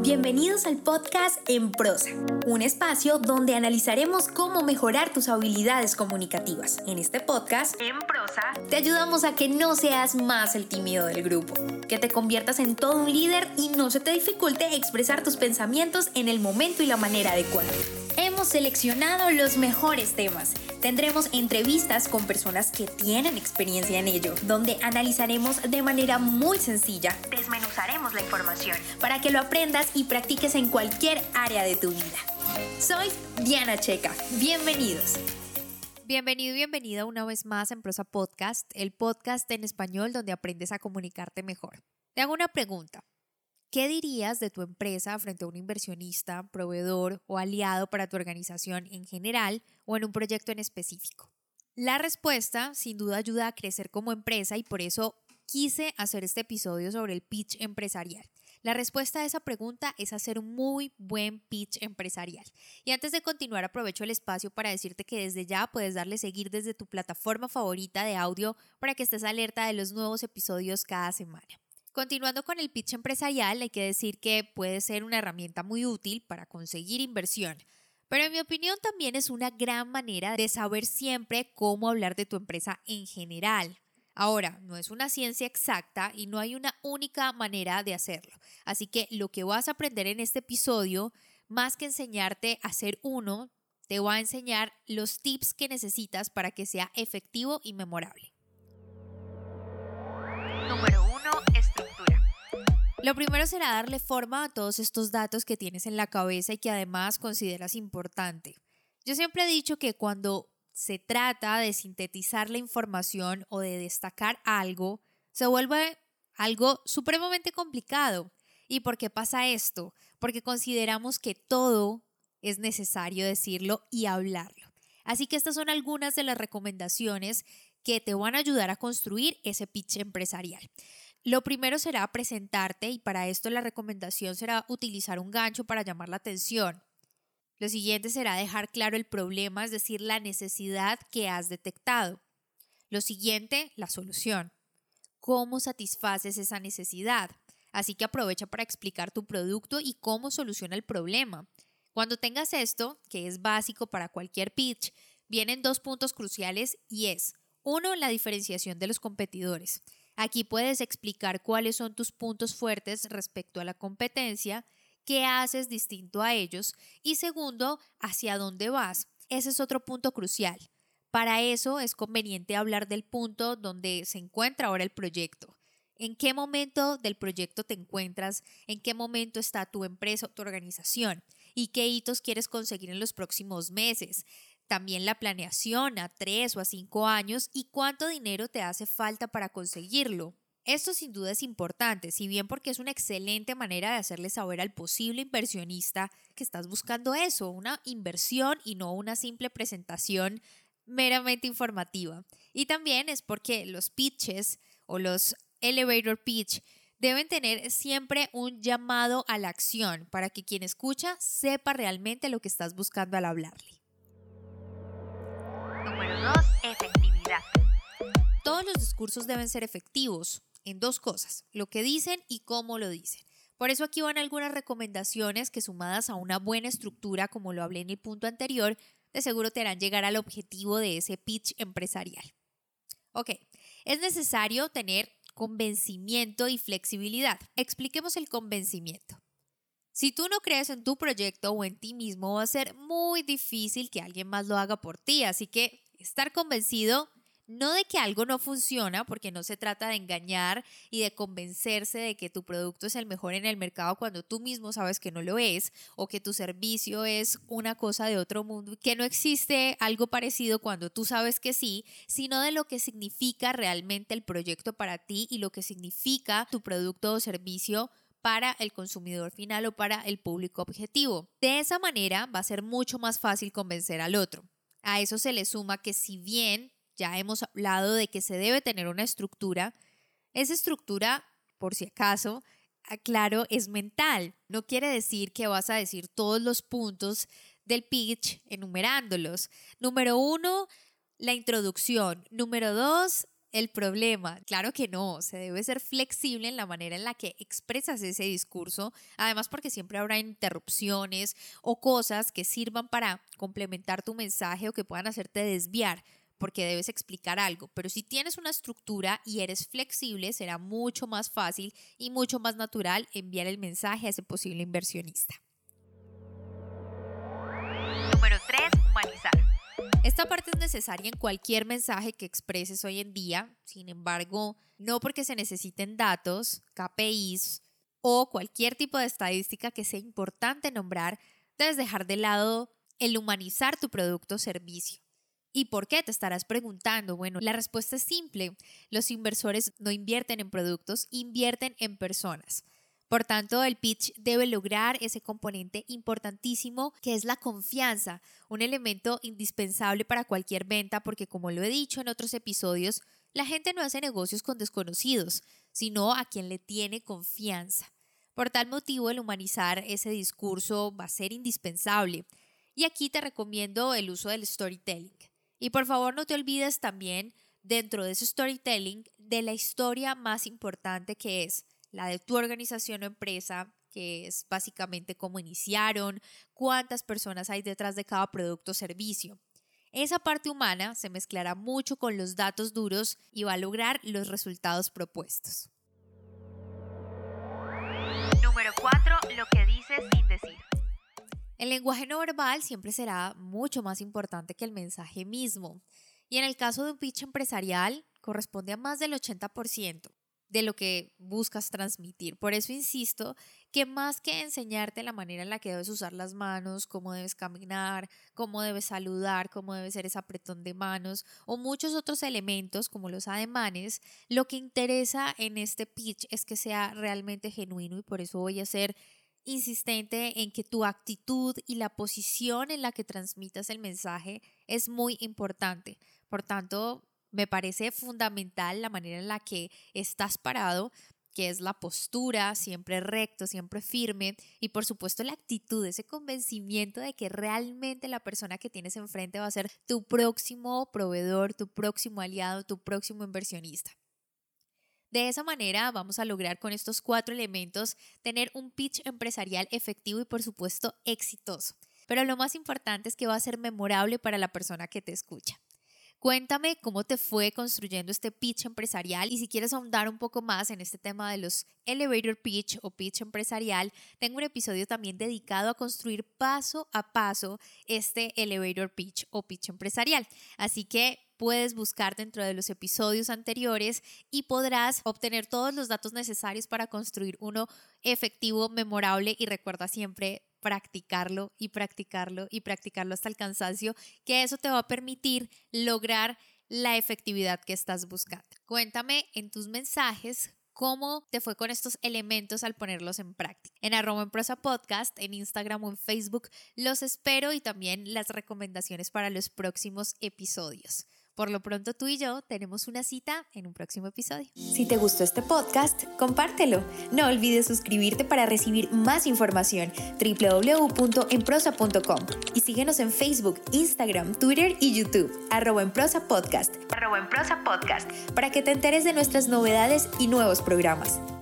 Bienvenidos al podcast En Prosa, un espacio donde analizaremos cómo mejorar tus habilidades comunicativas. En este podcast, En Prosa, te ayudamos a que no seas más el tímido del grupo, que te conviertas en todo un líder y no se te dificulte expresar tus pensamientos en el momento y la manera adecuada. Hemos seleccionado los mejores temas. Tendremos entrevistas con personas que tienen experiencia en ello, donde analizaremos de manera muy sencilla, desmenuzaremos la información para que lo aprendas y practiques en cualquier área de tu vida. Soy Diana Checa. Bienvenidos. Bienvenido y bienvenida una vez más en Prosa Podcast, el podcast en español donde aprendes a comunicarte mejor. Te hago una pregunta. ¿Qué dirías de tu empresa frente a un inversionista, proveedor o aliado para tu organización en general o en un proyecto en específico? La respuesta sin duda ayuda a crecer como empresa y por eso quise hacer este episodio sobre el pitch empresarial. La respuesta a esa pregunta es hacer un muy buen pitch empresarial. Y antes de continuar, aprovecho el espacio para decirte que desde ya puedes darle seguir desde tu plataforma favorita de audio para que estés alerta de los nuevos episodios cada semana. Continuando con el pitch empresarial, hay que decir que puede ser una herramienta muy útil para conseguir inversión, pero en mi opinión también es una gran manera de saber siempre cómo hablar de tu empresa en general. Ahora, no es una ciencia exacta y no hay una única manera de hacerlo, así que lo que vas a aprender en este episodio, más que enseñarte a hacer uno, te va a enseñar los tips que necesitas para que sea efectivo y memorable. Número 1. Estructura. Lo primero será darle forma a todos estos datos que tienes en la cabeza y que además consideras importante. Yo siempre he dicho que cuando se trata de sintetizar la información o de destacar algo, se vuelve algo supremamente complicado. ¿Y por qué pasa esto? Porque consideramos que todo es necesario decirlo y hablarlo. Así que estas son algunas de las recomendaciones que te van a ayudar a construir ese pitch empresarial. Lo primero será presentarte y para esto la recomendación será utilizar un gancho para llamar la atención. Lo siguiente será dejar claro el problema, es decir, la necesidad que has detectado. Lo siguiente, la solución. ¿Cómo satisfaces esa necesidad? Así que aprovecha para explicar tu producto y cómo soluciona el problema. Cuando tengas esto, que es básico para cualquier pitch, vienen dos puntos cruciales y es: 1. La diferenciación de los competidores. Aquí puedes explicar cuáles son tus puntos fuertes respecto a la competencia, qué haces distinto a ellos y segundo, hacia dónde vas. Ese es otro punto crucial. Para eso es conveniente hablar del punto donde se encuentra ahora el proyecto. ¿En qué momento del proyecto te encuentras? ¿En qué momento está tu empresa o tu organización? ¿Y qué hitos quieres conseguir en los próximos meses? También la planeación a 3 o a 5 años y cuánto dinero te hace falta para conseguirlo. Esto sin duda es importante, si bien porque es una excelente manera de hacerle saber al posible inversionista que estás buscando eso, una inversión y no una simple presentación meramente informativa. Y también es porque los pitches o los elevator pitch deben tener siempre un llamado a la acción para que quien escucha sepa realmente lo que estás buscando al hablarle. Número 2. Efectividad. Todos los discursos deben ser efectivos en dos cosas: lo que dicen y cómo lo dicen. Por eso aquí van algunas recomendaciones que, sumadas a una buena estructura, como lo hablé en el punto anterior, de seguro te harán llegar al objetivo de ese pitch empresarial. Ok, es necesario tener convencimiento y flexibilidad. Expliquemos el convencimiento. Si tú no crees en tu proyecto o en ti mismo, va a ser muy difícil que alguien más lo haga por ti. Así que estar convencido no de que algo no funciona, porque no se trata de engañar y de convencerse de que tu producto es el mejor en el mercado cuando tú mismo sabes que no lo es, o que tu servicio es una cosa de otro mundo, que no existe algo parecido cuando tú sabes que sí, sino de lo que significa realmente el proyecto para ti y lo que significa tu producto o servicio para el consumidor final o para el público objetivo. De esa manera va a ser mucho más fácil convencer al otro. A eso se le suma que, si bien ya hemos hablado de que se debe tener una estructura, esa estructura, por si acaso, claro, es mental. No quiere decir que vas a decir todos los puntos del pitch enumerándolos. Número 1, la introducción. Número 2, el problema. Claro que no, se debe ser flexible en la manera en la que expresas ese discurso, además porque siempre habrá interrupciones o cosas que sirvan para complementar tu mensaje o que puedan hacerte desviar, porque debes explicar algo. Pero si tienes una estructura y eres flexible, será mucho más fácil y mucho más natural enviar el mensaje a ese posible inversionista. Número 3. Humanizar. Esta parte es necesaria en cualquier mensaje que expreses hoy en día. Sin embargo, no porque se necesiten datos, KPIs o cualquier tipo de estadística que sea importante nombrar, debes dejar de lado el humanizar tu producto o servicio. ¿Y por qué? Te estarás preguntando. Bueno, la respuesta es simple. Los inversores no invierten en productos, invierten en personas. Por tanto, el pitch debe lograr ese componente importantísimo que es la confianza, un elemento indispensable para cualquier venta porque, como lo he dicho en otros episodios, la gente no hace negocios con desconocidos, sino a quien le tiene confianza. Por tal motivo, el humanizar ese discurso va a ser indispensable. Y aquí te recomiendo el uso del storytelling. Y por favor, no te olvides también, dentro de ese storytelling, de la historia más importante que es la de tu organización o empresa, que es básicamente cómo iniciaron, cuántas personas hay detrás de cada producto o servicio. Esa parte humana se mezclará mucho con los datos duros y va a lograr los resultados propuestos. Número 4. Lo que dices sin decir. El lenguaje no verbal siempre será mucho más importante que el mensaje mismo. Y en el caso de un pitch empresarial, corresponde a más del 80%. De lo que buscas transmitir. Por eso insisto que más que enseñarte la manera en la que debes usar las manos, cómo debes caminar, cómo debes saludar, cómo debe ser ese apretón de manos o muchos otros elementos como los ademanes, lo que interesa en este pitch es que sea realmente genuino y por eso voy a ser insistente en que tu actitud y la posición en la que transmitas el mensaje es muy importante. Por tanto, me parece fundamental la manera en la que estás parado, que es la postura, siempre recto, siempre firme y por supuesto la actitud, ese convencimiento de que realmente la persona que tienes enfrente va a ser tu próximo proveedor, tu próximo aliado, tu próximo inversionista. De esa manera vamos a lograr con estos 4 elementos tener un pitch empresarial efectivo y por supuesto exitoso. Pero lo más importante es que va a ser memorable para la persona que te escucha. Cuéntame cómo te fue construyendo este pitch empresarial y si quieres ahondar un poco más en este tema de los elevator pitch o pitch empresarial, tengo un episodio también dedicado a construir paso a paso este elevator pitch o pitch empresarial. Así que puedes buscar dentro de los episodios anteriores y podrás obtener todos los datos necesarios para construir uno efectivo, memorable y recuerda siempre practicarlo y practicarlo y practicarlo hasta el cansancio, que eso te va a permitir lograr la efectividad que estás buscando. Cuéntame en tus mensajes cómo te fue con estos elementos al ponerlos en práctica. En @enprosapodcast, en Instagram o en Facebook los espero y también las recomendaciones para los próximos episodios. Por lo pronto tú y yo tenemos una cita en un próximo episodio. Si te gustó este podcast, compártelo. No olvides suscribirte para recibir más información. www.enprosa.com y síguenos en Facebook, Instagram, Twitter y YouTube. @enprosapodcast. @enprosapodcast para que te enteres de nuestras novedades y nuevos programas.